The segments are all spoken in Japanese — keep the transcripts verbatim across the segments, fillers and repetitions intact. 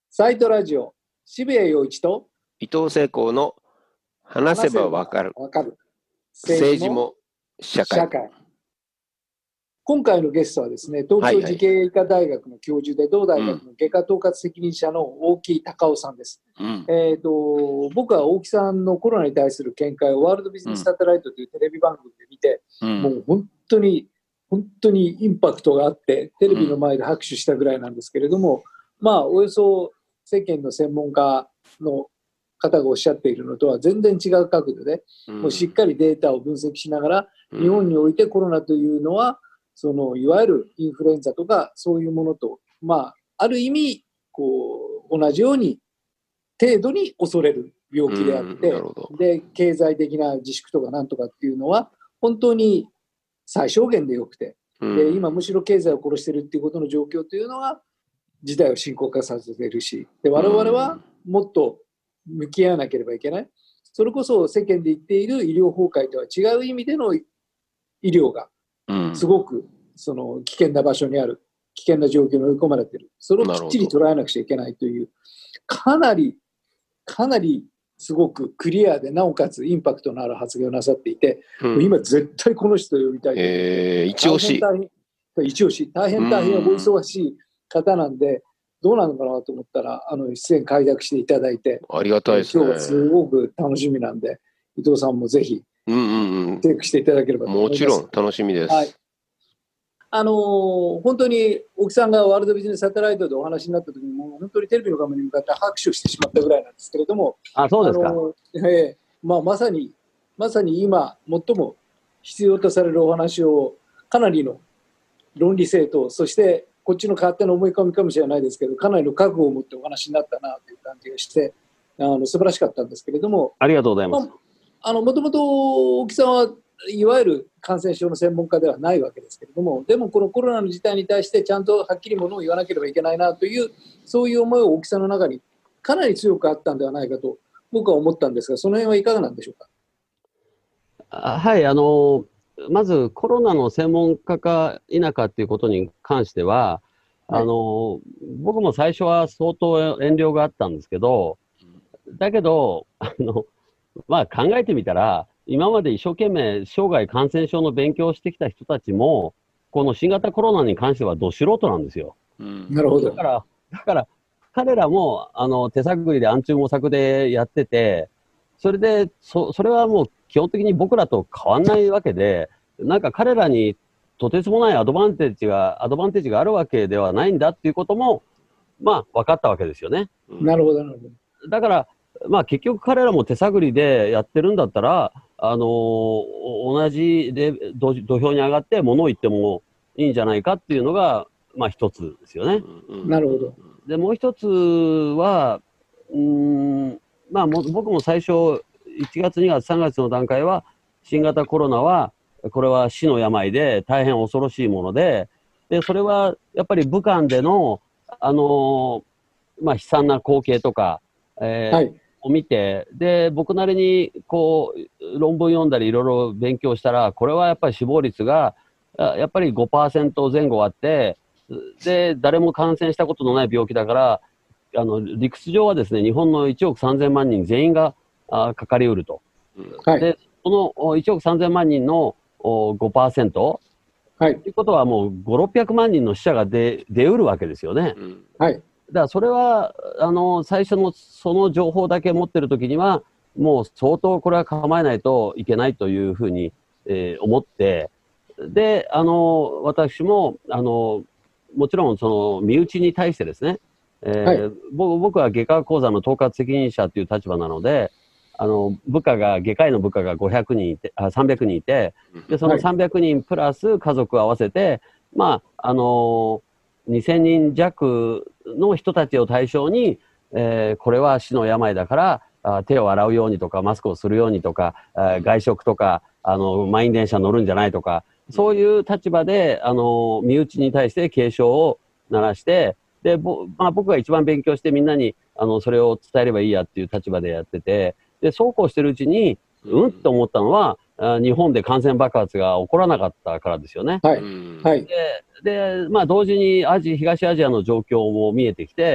サイトラジオ渋谷陽一と伊藤聖光の話せばわかる政治も社会。 今回のゲストはですね、東京慈恵医科大学の教授で、同大学の外科統括責任者の大木隆夫さんです、うん、えーと僕は大木さんのコロナに対する見解をワールドビジネスサテライトというテレビ番組で見て、うん、もう本当に本当にインパクトがあってテレビの前で拍手したぐらいなんですけれども、うん、まあおよそ世間の専門家の方がおっしゃっているのとは全然違う角度で、うん、もうしっかりデータを分析しながら、うん、日本においてコロナというのはそのいわゆるインフルエンザとかそういうものと、まあ、ある意味こう同じように程度に恐れる病気であって、うん、で経済的な自粛とかなんとかっていうのは本当に最小限でよくて、うん、で今むしろ経済を殺しているっていうことの状況というのは事態を深刻化させているし、で我々はもっと向き合わなければいけない、それこそ世間で言っている医療崩壊とは違う意味での医療がすごくその危険な場所にある、危険な状況に追い込まれている、それをきっちり捉えなくちゃいけないという、かなりかなりすごくクリアでなおかつインパクトのある発言をなさっていて、うん、今絶対この人を呼びたいと、 えー、一押し一押し大変大変お忙しい方なんでどうなのかなと思ったらあの出演快諾していただいてありがたいですね。 今日はすごく楽しみなんで伊藤さんもぜひチェックしていただければと思います。 もちろん楽しみです、 はい、あのー、本当に大木さんがワールドビジネスサテライトでお話になった時にもう本当にテレビの画面に向かって拍手をしてしまったぐらいなんですけれども、 あ、そうですか。 あのーえーまあ、まさにまさに今最も必要とされるお話をかなりの論理性とそしてこっちの勝手な思い込みかもしれないですけどかなりの覚悟を持ってお話になったなという感じがしてあの素晴らしかったんですけれども、 ありがとうございます。 あのもともと大木さんはいわゆる感染症の専門家ではないわけですけれども、でもこのコロナの事態に対してちゃんとはっきりものを言わなければいけないなというそういう思いを大木さんの中にかなり強くあったんではないかと僕は思ったんですが、その辺はいかがなんでしょうか。 あはいあのまずコロナの専門家か否かということに関しては、はい、あの僕も最初は相当遠慮があったんですけど、だけどあの、まあ、考えてみたら今まで一生懸命生涯感染症の勉強をしてきた人たちもこの新型コロナに関してはど素人なんですよ。 うん、なるほど。 だからだから彼らもあの手探りで暗中模索でやってて、それで そ, それはもう基本的に僕らと変わんないわけで、なんか彼らにとてつもないアドバンテージがアドバンテージがあるわけではないんだっていうこともまあ分かったわけですよね。 なるほどなるほど。 だからまあ結局彼らも手探りでやってるんだったら、あのー、同じで土俵に上がって物を言ってもいいんじゃないかっていうのがまあ一つですよね。 なるほど。 でもう一つはうーんまあも僕も最初いちがつにがつさんがつの段階は新型コロナはこれは死の病で大変恐ろしいもので、でそれはやっぱり武漢での、あのーまあ、悲惨な光景とか、えーはい、を見て、で僕なりにこう論文読んだりいろいろ勉強したら、これはやっぱり死亡率がやっぱり ごパーセント 前後あって、で誰も感染したことのない病気だから、あの理屈上はですね日本のいちおくさんぜんまんにん全員があかかりうると、はい、でそのいちおくさんぜんまんにんの ごパーセント、はい、ということはもうごひゃくろっぴゃくまんにんの死者が出出うるわけですよね。うん、はい、だからそれはあの最初のその情報だけ持ってる時にはもう相当これは構えないといけないというふうに、えー、思って、であの私もあのもちろんその身内に対してですね、えーはい、僕は外科講座の統括責任者という立場なので、あの部下が外科医の部下がごひゃくにんいてあさんびゃくにんいて、でそのさんびゃくにんプラス家族を合わせて、はい、まああのにせんにん弱の人たちを対象に、えー、これは死の病だからあ手を洗うようにとかマスクをするようにとか、えー、外食とかあの満員電車乗るんじゃないとか、そういう立場であの身内に対して警鐘を鳴らして、で、ぼまあ、僕が一番勉強してみんなにあのそれを伝えればいいやっていう立場でやってて、でそうこうしてるうちにうんと思ったのは、日本で感染爆発が起こらなかったからですよね。はいはい、でで、まあ、同時にアジ東アジアの状況も見えてきて、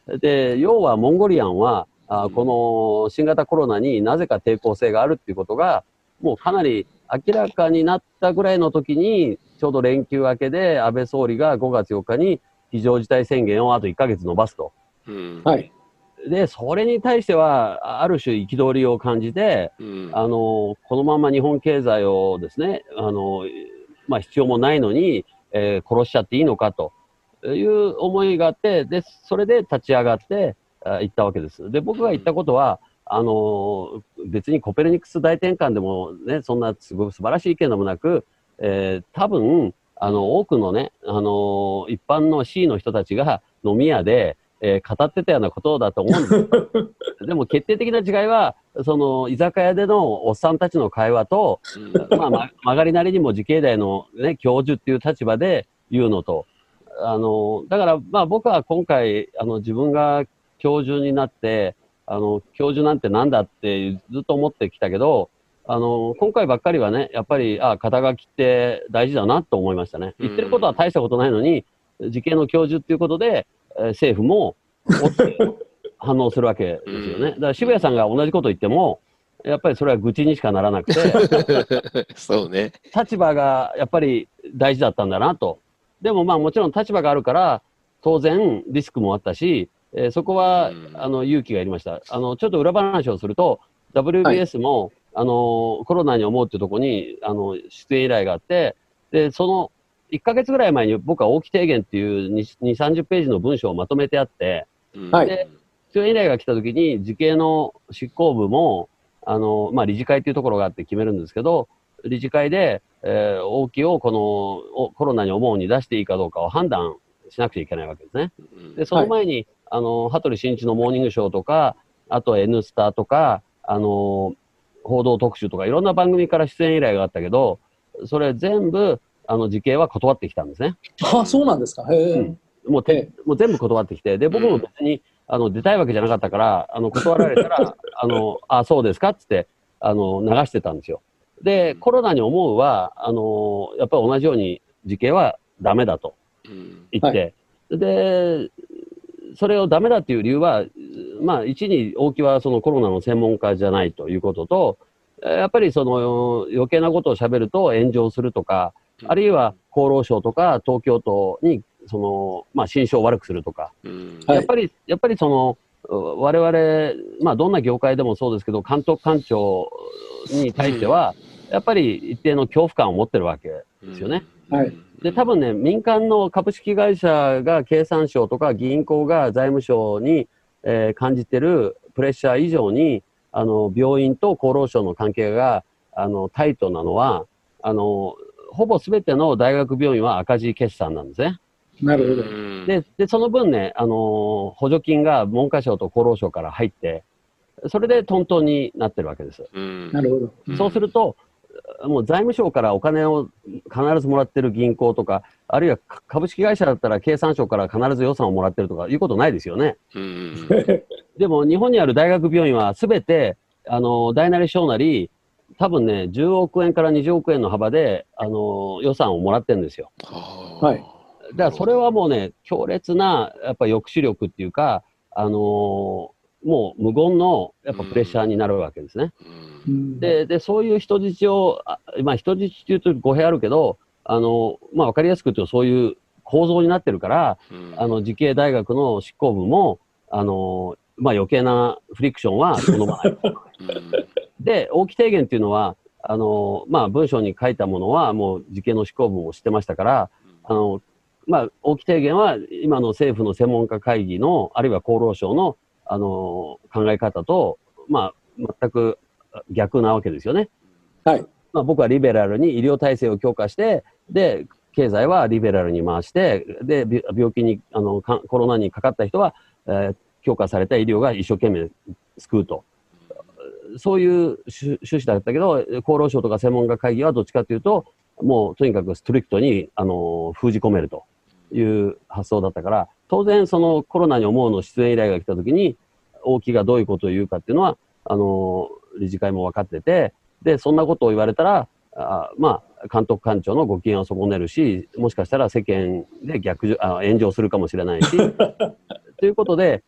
で、要はモンゴリアンは、あこの新型コロナになぜか抵抗性があるっていうことが、もうかなり明らかになったぐらいの時に、ちょうど連休明けで安倍総理がごがつよっかに非常事態宣言をあといっかげつ延ばすと。 うん、 はい。 で、それに対しては、ある種憤りを感じて、うん、あの、このまま日本経済をですね、あの、まあ必要もないのに、えー、殺しちゃっていいのかという思いがあって、で、それで立ち上がって行ったわけです。で、僕が言ったことは、あの、別にコペルニクス大転換でもね、そんなすごい素晴らしい意見でもなく、えー、多分、あの、多くのね、あの、一般の C の人たちが飲み屋で、えー、語ってたようなことだと思うんですでも決定的な違いは、その居酒屋でのおっさんたちの会話と、まあ、ま、曲がりなりにも自警大の、ね、教授っていう立場で言うのと、あの、だから、まあ僕は今回、あの、自分が教授になって、あの、教授なんてなんだってずっと思ってきたけど、あの、今回ばっかりはね、やっぱり、あ、肩書きって大事だなと思いましたね。言ってることは大したことないのに、自警の教授っていうことで、政府も反応するわけですよね。だから渋谷さんが同じこと言っても、やっぱりそれは愚痴にしかならなくて、 そうね。 立場がやっぱり大事だったんだなと。でもまあもちろん立場があるから、当然リスクもあったし、えー、そこはあの勇気がいりました。あのちょっと裏話をすると、ダブリュービーエス も、はい、あのコロナに思うっていうところにあの出演依頼があって、でそのいっかげつぐらい前に僕は大木提言っていうにじゅう、さんじゅっページの文章をまとめてあって、 はい、 で出演依頼が来た時に自警の執行部もあの、まあ、理事会っていうところがあって決めるんですけど、理事会で、えー、大木をこのコロナに思うに出していいかどうかを判断しなくちゃいけないわけですね。でその前に、はい、あの羽鳥慎一のモーニングショーとか、あと N スタとか、あの報道特集とかいろんな番組から出演依頼があったけど、それ全部あの自警は断ってきたんですね。 あ、そうなんですか。へえ、 うん、もうてもう全部断ってきて、で僕も別にあの出たいわけじゃなかったから、あの断られたらあのあそうですかっつってあの流してたんですよ。でコロナに思うはあのやっぱり同じように自警はダメだと言って、はい、でそれをダメだっていう理由は、まあ一に大木はそのコロナの専門家じゃないということと、やっぱりその余計なことをしゃべると炎上するとか、あるいは厚労省とか東京都にその、まあ、心象を悪くするとか、うん、やっぱり、やっぱりその我々、まあ、どんな業界でもそうですけど、監督官庁に対しては、やっぱり一定の恐怖感を持ってるわけですよね。 はい、 で多分ね、民間の株式会社が経産省とか銀行が財務省に、えー、感じてるプレッシャー以上に、あの病院と厚労省の関係があのタイトなのは、あのほぼすべての大学病院は赤字決算なんですね。 なるほど。 で、でその分ね、あの補助金が文科省と厚労省から入って、それでトントンになってるわけです。 なるほど。そうすると、もう財務省からお金を必ずもらってる銀行とか、あるいは株式会社だったら経産省から必ず予算をもらってるとかいうことないですよね。でも日本にある大学病院はすべて、あの大なり小なり、多分ね、じゅうおくえんからにじゅうおくえんの幅で、あの予算をもらってるんですよ。 はい。 だからそれはもうね、強烈なやっぱ抑止力っていうか、あのー、もう無言のやっぱプレッシャーになるわけですね。うん、でで、そういう人質を、まあ、人質っていうと語弊あるけど、あのまあ、分かりやすく言うとそういう構造になってるから、うん、あの自警大学の執行部も、あのまあ、余計なフリクションは好まない。で、大木提言っていうのは、あのまあ、文章に書いたものはもう自警の執行部も知ってましたから、あのまあ、大木提言は今の政府の専門家会議の、あるいは厚労省の、あのー、考え方と、まあ、全く逆なわけですよね。 はい。 まあ、僕はリベラルに医療体制を強化して、で、経済はリベラルに回して、で、病気に、あの、コロナにかかった人は、えー、強化された医療が一生懸命救うと。そういう趣旨だったけど、厚労省とか専門家会議はどっちかというと、もうとにかくストリクトに、あのー、封じ込めるという発想だったから、当然そのコロナに思うの出演依頼が来たときに、大木がどういうことを言うかっていうのは、あのー、理事会も分かってて、で、そんなことを言われたら、あまあ、監督官庁のご機嫌を損ねるし、もしかしたら世間で逆あ炎上するかもしれないし、ということで、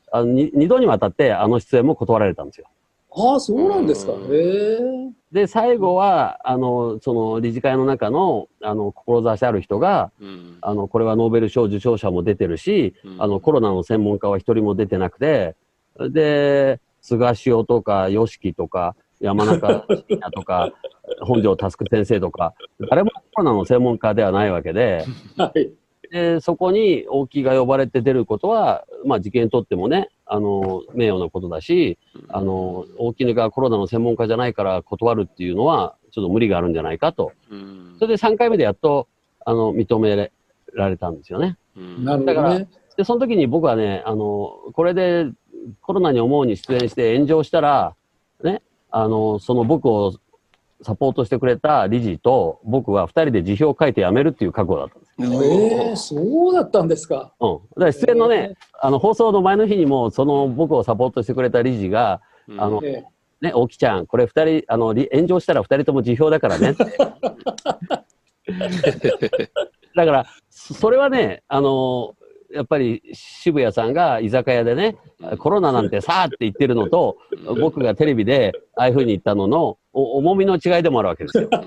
あのに二度にわたってあの出演も断られたんですよ。 ああ、そうなんですか。へえ。 で、最後は、あの、その理事会の中の、あの、志ある人が、うん、あの、これはノーベル賞受賞者も出てるし、うん、あの、コロナの専門家は一人も出てなくて、で、菅義雄とか、吉木とか、山中伸也とか、本庄佑先生とか、誰もコロナの専門家ではないわけで、はい、でそこに大木が呼ばれて出ることは、まあ、事件にとってもね、あの名誉なことだし、あの大木がコロナの専門家じゃないから断るっていうのはちょっと無理があるんじゃないかと、それでさんかいめでやっとあの認められたんですよね。 なるほどね。だからでその時に僕はね、あのこれでコロナに思うに出演して炎上したら、ね、あのその僕をサポートしてくれた理事と僕はふたりで辞表を書いて辞めるっていう覚悟だったんです。 えー、そうだったんですか。 うん。だから出演のね、えー、あの放送の前の日にもその僕をサポートしてくれた理事が、うん、あの、えー、ね、大木ちゃん、これふたりあの炎上したらふたりとも辞表だからねって。だからそれはね、あのやっぱり渋谷さんが居酒屋でね、コロナなんてさーって言ってるのと、僕がテレビでああいうふうに言ったのの重みの違いでもあるわけですよ。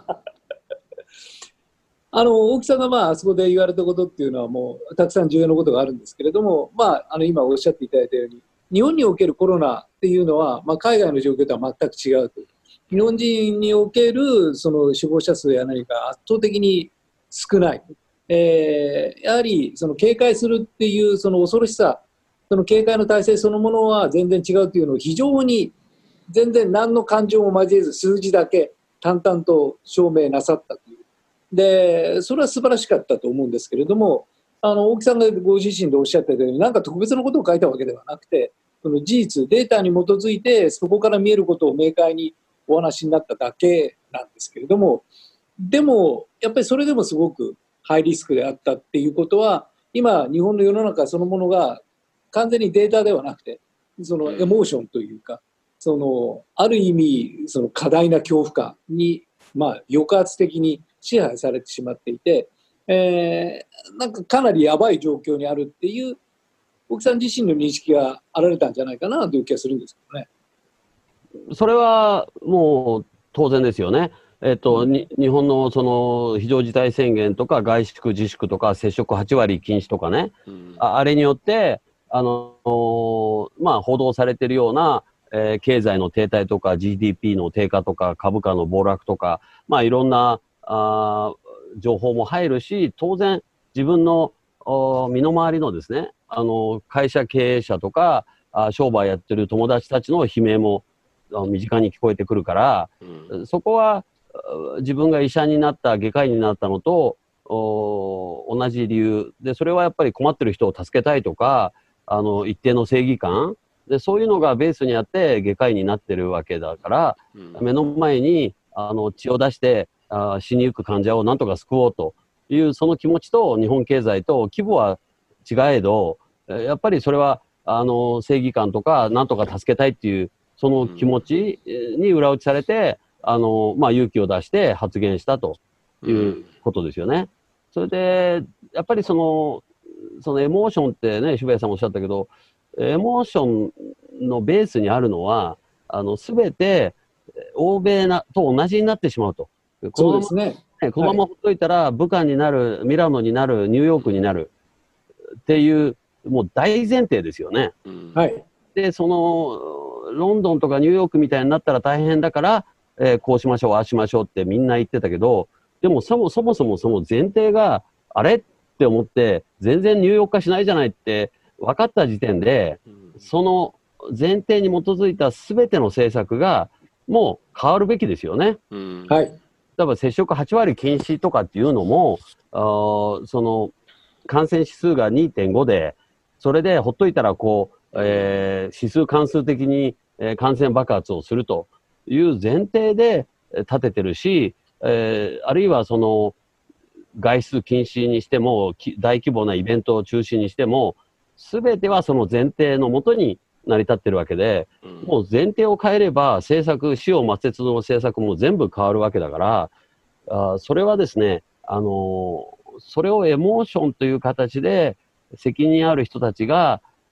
あの大木さんがまああそこで言われたことっていうのはもうたくさん重要なことがあるんですけれども、まあ、あの今おっしゃっていただいたように日本におけるコロナっていうのは、まあ、海外の状況とは全く違うと。日本人におけるその死亡者数や何か圧倒的に少ない。えー、やはりその警戒するっていうその恐ろしさ、その警戒の体制そのものは全然違うというのを非常に全然何の感情も交えず数字だけ淡々と証明なさったという。でそれは素晴らしかったと思うんですけれども、あの大木さんがご自身でおっしゃってたように何か特別なことを書いたわけではなくて、その事実データに基づいてそこから見えることを明快にお話になっただけなんですけれども、でもやっぱりそれでもすごくハイリスクであったっていうことは、今日本の世の中そのものが完全にデータではなくてそのエモーションというか、そのある意味その過大な恐怖感に、まあ、抑圧的に支配されてしまっていて、えー、なんかかなりやばい状況にあるっていう大木さん自身の認識があられたんじゃないかなという気がするんですけどね。 それはもう当然ですよね。えっと、に日本のその非常事態宣言とか外出自粛とか接触はち割禁止とかね、うん、あ, あれによってあの、まあ、報道されているような、えー、経済の停滞とか ジーディーピー の低下とか株価の暴落とか、まあ、いろんなあ情報も入るし、当然自分の身の回りのですね、あの会社経営者とかあ商売やってる友達たちの悲鳴も身近に聞こえてくるから、うん、そこは自分が医者になった外科医になったのと同じ理由で、それはやっぱり困ってる人を助けたいとか、あの一定の正義感でそういうのがベースにあって外科医になってるわけだから、うん、目の前にあの血を出してあ死にゆく患者をなんとか救おうというその気持ちと日本経済と規模は違えど、やっぱりそれはあの正義感とかなんとか助けたいっていうその気持ちに裏打ちされて、あの、まあ、勇気を出して発言したということですよね。それでやっぱりそのそのエモーションってね、渋谷さんもおっしゃったけど、エモーションのベースにあるのはあの全て欧米なと同じになってしまうと。 そうですね。 このままほっといたら、武漢になる、ミラノになる、ニューヨークになるっていう、もう大前提ですよね。 はい。 で、その、ロンドンとかニューヨークみたいになったら大変だから、えー、こうしましょう、ああしましょうってみんな言ってたけど、でもそもそもそもその前提が、あれって思って、全然ニューヨーク化しないじゃないって分かった時点で、その前提に基づいた全ての政策が、もう変わるべきですよね。 はい。 例えば接触はち割禁止とかっていうのも、あその感染指数が にてんご で、それでほっといたらこう、えー、指数関数的に、えー、感染爆発をするという前提で立ててるし、えー、あるいはその外出禁止にしても大規模なイベントを中止にしても、全てはその前提のもとに成り立ってるわけで、うん、もう前提を変えれば政策、死を抹殺の政策も全部変わるわけだから、あそれはですね、あのー、それをエモーションという形で責任ある人たちが、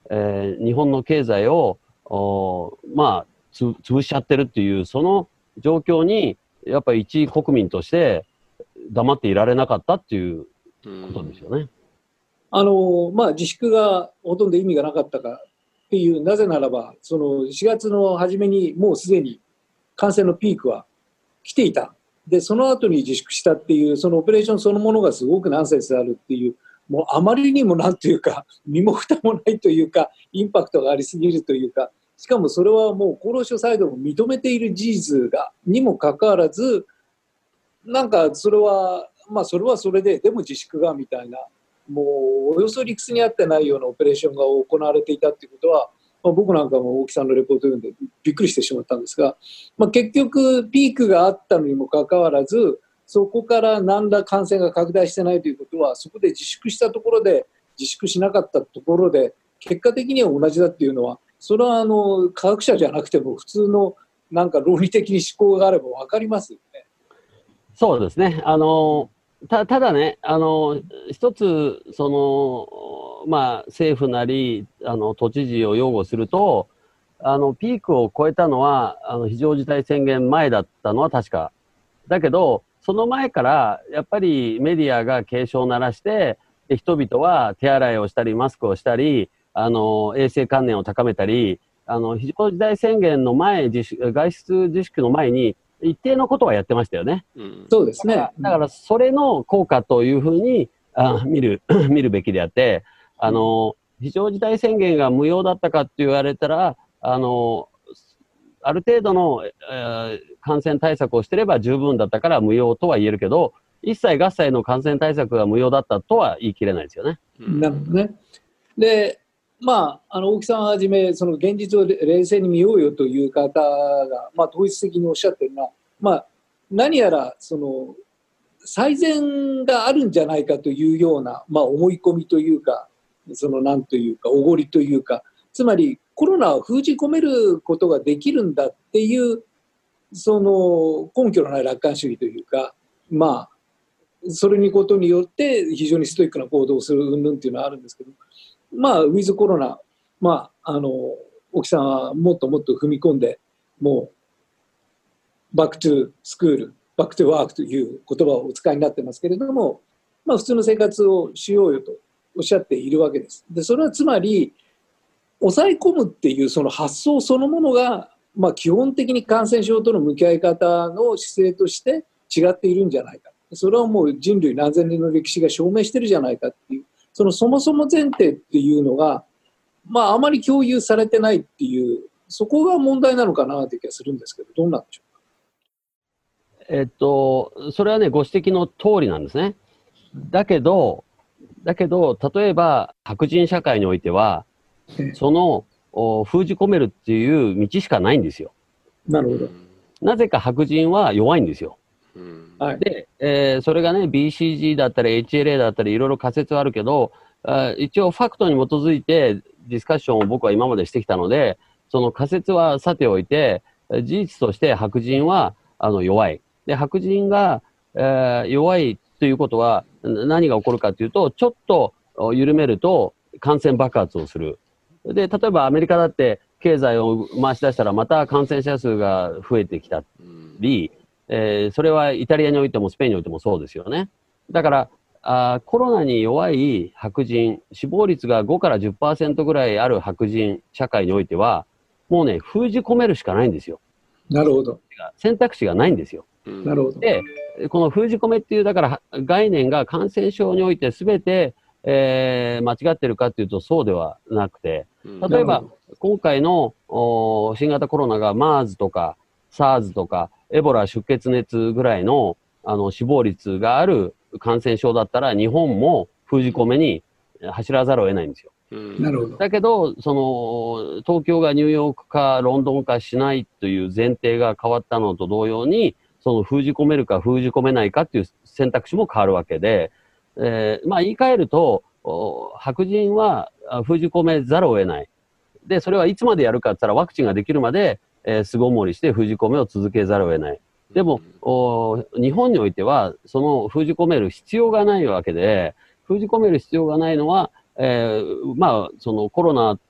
えー、日本の経済をまあつ潰しちゃってるっていうその状況にやっぱり一国民として黙っていられなかったっていうことですよね。 あのまあ、自粛がほとんど意味がなかったかっていう、なぜならばそのしがつの初めにもうすでに感染のピークは来ていた。でその後に自粛したっていうそのオペレーションそのものがすごくナンセンスであるっていう、もうあまりにもなんというか身も蓋もないというかインパクトがありすぎるというか、しかもそれはもう厚労省サイドも認めている事実がにもかかわらず、なんかそれはまあそれはそれででも自粛がみたいな、もうおよそ理屈に合ってないようなオペレーションが行われていたということは、まあ、僕なんかも大木さんのレポートを読んでびっくりしてしまったんですが、まあ、結局ピークがあったのにもかかわらずそこから何ら感染が拡大してないということは、そこで自粛したところで自粛しなかったところで結果的には同じだっていうのは、それはあの科学者じゃなくても普通のなんか論理的に思考があれば分かりますよね。 そうですね。あのた, ただね、あの一つその、まあ、政府なりあの都知事を擁護すると、あのピークを超えたのはあの非常事態宣言前だったのは確かだけど、その前からやっぱりメディアが警鐘を鳴らして、人々は手洗いをしたりマスクをしたり、あの衛生観念を高めたり、あの非常事態宣言の前、自粛外出自粛の前に一定のことはやってましたよね。 うん、そうですね。 だから、だからそれの効果というふうにあ見る見るべきであって、あの非常事態宣言が無用だったかって言われたら、あのある程度の、えー、感染対策をしてれば十分だったから無用とは言えるけど、一切合切の感染対策が無用だったとは言い切れないですよね。 なるほどね。で、まあ、あの大木さんはじめその現実を冷静に見ようよという方が、まあ、統一的におっしゃってるのは、まあ、何やらその最善があるんじゃないかというような、まあ、思い込みというか、そのなんというかおごりというか、つまりコロナを封じ込めることができるんだっていうその根拠のない楽観主義というか、まあそれにことによって非常にストイックな行動をする云々っていうのはあるんですけど、まあウィズコロナ、まああの沖さんはもっともっと踏み込んで、もうバックトゥスクール、バックトゥワークという言葉をお使いになってますけれども、まあ普通の生活をしようよとおっしゃっているわけです。でそれはつまり抑え込むっていうその発想そのものが、まあ、基本的に感染症との向き合い方の姿勢として違っているんじゃないか。それはもう人類何千年の歴史が証明してるじゃないかっていう、そのそもそも前提っていうのが、まあ、あまり共有されてないっていう、そこが問題なのかなという気がするんですけど、どうなんでしょうか。 えっと、それはね、ご指摘の通りなんですね。だけど、だけど、例えば白人社会においては、その封じ込めるっていう道しかないんですよ。 なるほど。 なぜか白人は弱いんですよ。 はい、 で、えー、それがね ビーシージー だったり エイチエルエー だったりいろいろ仮説はあるけど、あ一応ファクトに基づいてディスカッションを僕は今までしてきたので、その仮説はさておいて、事実として白人はあの弱い。で、白人が、えー、弱いということは何が起こるかというと、ちょっと緩めると感染爆発をする。で、例えばアメリカだって経済を回し出したらまた感染者数が増えてきたり、えー、それはイタリアにおいてもスペインにおいてもそうですよね。だからあコロナに弱い白人、死亡率がごからじゅっパーセントぐらいある白人社会においては、もうね、封じ込めるしかないんですよ。 なるほど。 選択肢がないんですよ。 なるほど。 で、この封じ込めっていうだから概念が感染症において全てえー、間違ってるかっていうとそうではなくて、例えば今回の新型コロナが MERS とか SARS とかエボラ出血熱ぐらいの、あの死亡率がある感染症だったら日本も封じ込めに走らざるを得ないんですよ。 なるほど。 だけどその東京がニューヨークかロンドン化しないという前提が変わったのと同様に、その封じ込めるか封じ込めないかっていう選択肢も変わるわけで、えー、まあ言い換えると白人は封じ込めざるを得ない。で、それはいつまでやるかって言ったらワクチンができるまで、えー、巣ごもりして封じ込めを続けざるを得ない。でも、日本においてはその封じ込める必要がないわけで、封じ込める必要がないのは、えー、まあそのコロナ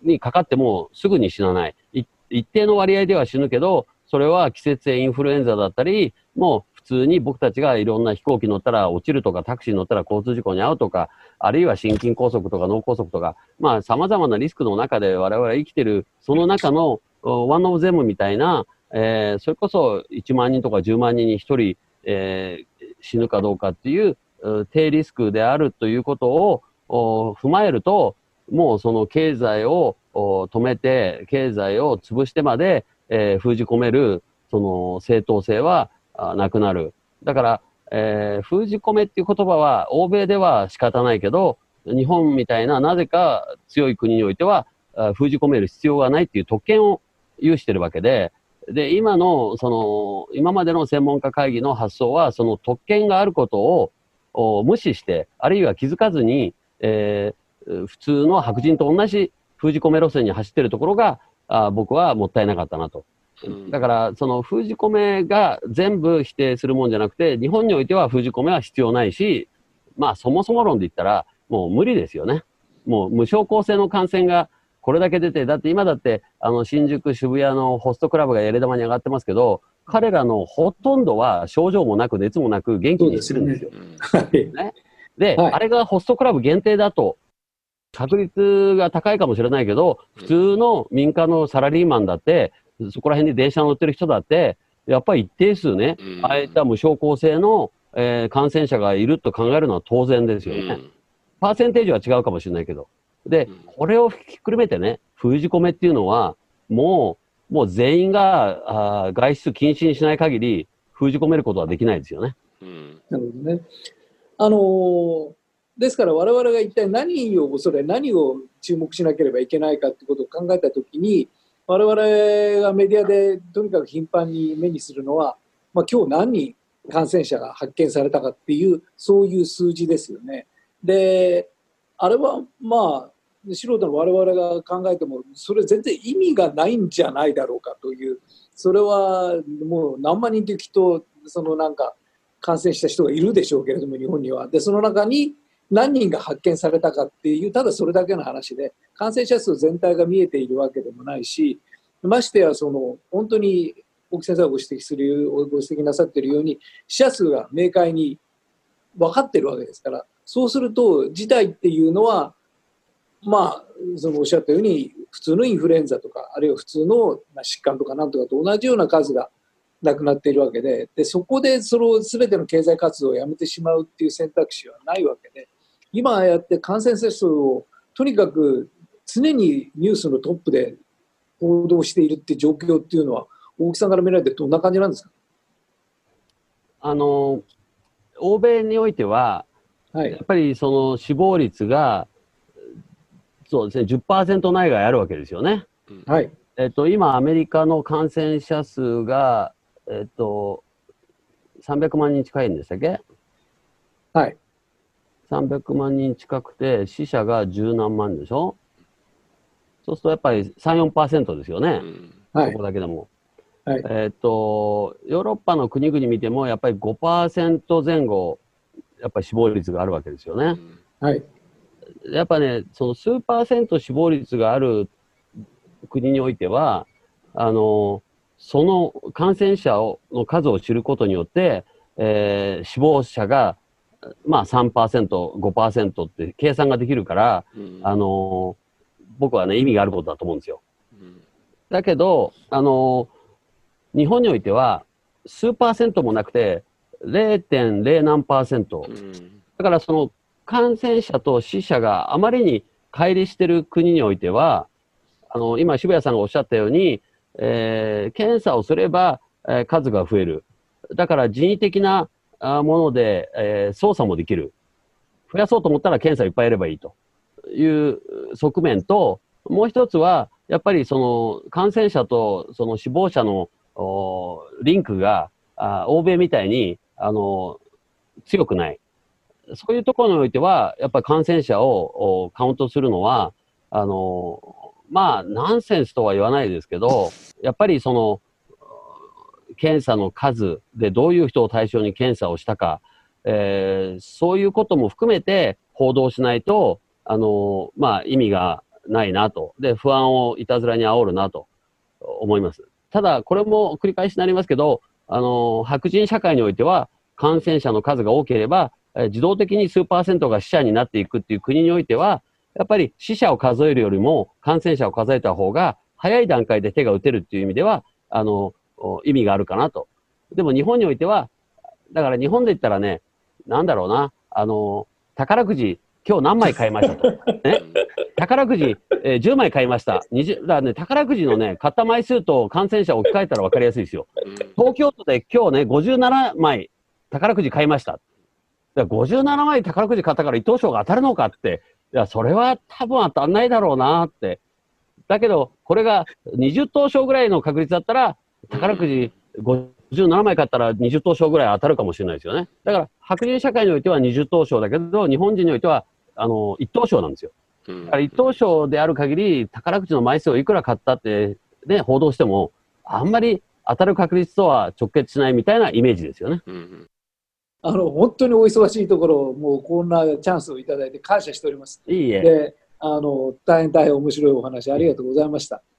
にかかってもすぐに死なない。一定の割合では死ぬけど、それは季節性インフルエンザだったり、もう普通に僕たちがいろんな飛行機乗ったら落ちるとか、タクシー乗ったら交通事故に遭うとか、あるいは心筋梗塞とか脳梗塞とか、まあ様々なリスクの中で我々は生きてる、その中のワンオブゼムみたいな、えー、それこそいちまんにんとかじゅうまんにんにひとり、えー、死ぬかどうかっていう低リスクであるということを踏まえると、もうその経済を止めて、経済を潰してまで、えー、封じ込める、その正当性はなくなる。だから、えー、封じ込めっていう言葉は、欧米では仕方ないけど、日本みたいな、なぜか強い国においては、封じ込める必要がないっていう特権を有してるわけで、で、今の、その、今までの専門家会議の発想は、その特権があることを無視して、あるいは気づかずに、えー、普通の白人と同じ封じ込め路線に走ってるところが、あ僕はもったいなかったなと。だから、その封じ込めが全部否定するもんじゃなくて、日本においては封じ込めは必要ないし、まあそもそも論で言ったら、もう無理ですよね。もう無症候性の感染がこれだけ出て、だって今だって、あの、新宿、渋谷のホストクラブがやり玉に上がってますけど、彼らのほとんどは症状もなく熱もなく元気にしてるんですよ。ね。で、はい、あれがホストクラブ限定だと、確率が高いかもしれないけど、普通の民間のサラリーマンだって、そこら辺に電車乗ってる人だって、やっぱり一定数ね、ああいった無症候性の、えー、感染者がいると考えるのは当然ですよね。パーセンテージは違うかもしれないけど。で、これをひっくるめてね、封じ込めっていうのは、もう、もう全員があ外出禁止にしない限り、封じ込めることはできないですよね。 うん、なるほどね。あのーですから我々が一体何を恐れ何を注目しなければいけないかということを考えたときに、我々がメディアでとにかく頻繁に目にするのは、まあ、今日何人感染者が発見されたかっていうそういう数字ですよね。であれはまあ素人の我々が考えてもそれ全然意味がないんじゃないだろうかという、それはもう何万人というきっとそのなんか感染した人がいるでしょうけれども、日本には。でその中に何人が発見されたかっていう、ただそれだけの話で、感染者数全体が見えているわけでもないし、ましてやその本当に大木先生がご指摘するご指摘なさっているように、死者数が明快に分かっているわけですから、そうすると事態っていうのは、まあそのおっしゃったように普通のインフルエンザとか、あるいは普通の疾患とかなんとかと同じような数がなくなっているわけで、でそこでその全ての経済活動をやめてしまうっていう選択肢はないわけで、今ああやって感染者数をとにかく常にニュースのトップで報道しているっていう状況っていうのは、大木さんから見られてどんな感じなんですか？ あの欧米においては、はい、やっぱりその死亡率がそうですね じゅっパーセント 内外あるわけですよね。 はい。 えっと今アメリカの感染者数がえっとさんびゃくまんにん近いんでしたっけ？ はい。 さんびゃくまんにん近くて、死者が十何万でしょ。そうするとやっぱりさん、よんパーセントですよね。 はい、 ここだけでも。 はい、 えっと、ヨーロッパの国々見ても、やっぱり ごパーセント 前後、やっぱり死亡率があるわけですよね。 はい。 やっぱね、その数パーセント死亡率がある国においては、あの、その感染者をの数を知ることによって、えー、死亡者がまあ さんパーセント、ごパーセント って計算ができるから、うん、あのー、僕はね、意味があることだと思うんですよ。うん、だけど、あのー、日本においては、数パーセントもなくて、れいてんれい 何パーセント。うん、だからその感染者と死者があまりに乖離している国においては、あの、今渋谷さんがおっしゃったように、えー、検査をすれば、えー、数が増える。だから人為的なもので、えー、操作もできる。増やそうと思ったら検査いっぱいやればいいという側面と、もう一つは、やっぱりその感染者とその死亡者のリンクがあ欧米みたいにあの強くない。そういうところにおいては、やっぱり感染者をカウントするのは、あの、まあ、ナンセンスとは言わないですけど、やっぱりその、検査の数でどういう人を対象に検査をしたか、えー、そういうことも含めて報道しないと、あの、まあ、意味がないなと。で、不安をいたずらに煽るなと思います。ただ、これも繰り返しになりますけど、あの、白人社会においては、感染者の数が多ければ、え自動的に数パーセントが死者になっていくっていう国においては、やっぱり死者を数えるよりも感染者を数えた方が早い段階で手が打てるっていう意味では、あの、意味があるかなと。でも日本においては、だから日本で言ったらね、なんだろうな、あの、宝くじ、今日何枚買いましたと。ね、宝くじ、えー、じゅうまい買いました。にじゅうだからね、宝くじのね、買った枚数と感染者を置き換えたら分かりやすいですよ。東京都で今日ね、ごじゅうななまい宝くじ買いました。だからごじゅうななまい宝くじ買ったから一等賞が当たるのかって、いや、それは多分当たんないだろうなって。だけど、これがにじゅうとう賞ぐらいの確率だったら、宝くじごじゅうななまい買ったらにじゅうとう賞ぐらい当たるかもしれないですよね。だから、白人社会においてはにじゅうとう賞だけど、日本人においては、あの、いっとう賞なんですよ。だからいっとう賞である限り、宝くじの枚数をいくら買ったって、ね、報道しても、あんまり当たる確率とは直結しないみたいなイメージですよね。 あの、本当にお忙しいところ、もうこんなチャンスをいただいて感謝しております。 いいえ。 で、あの、大変大変面白いお話ありがとうございました。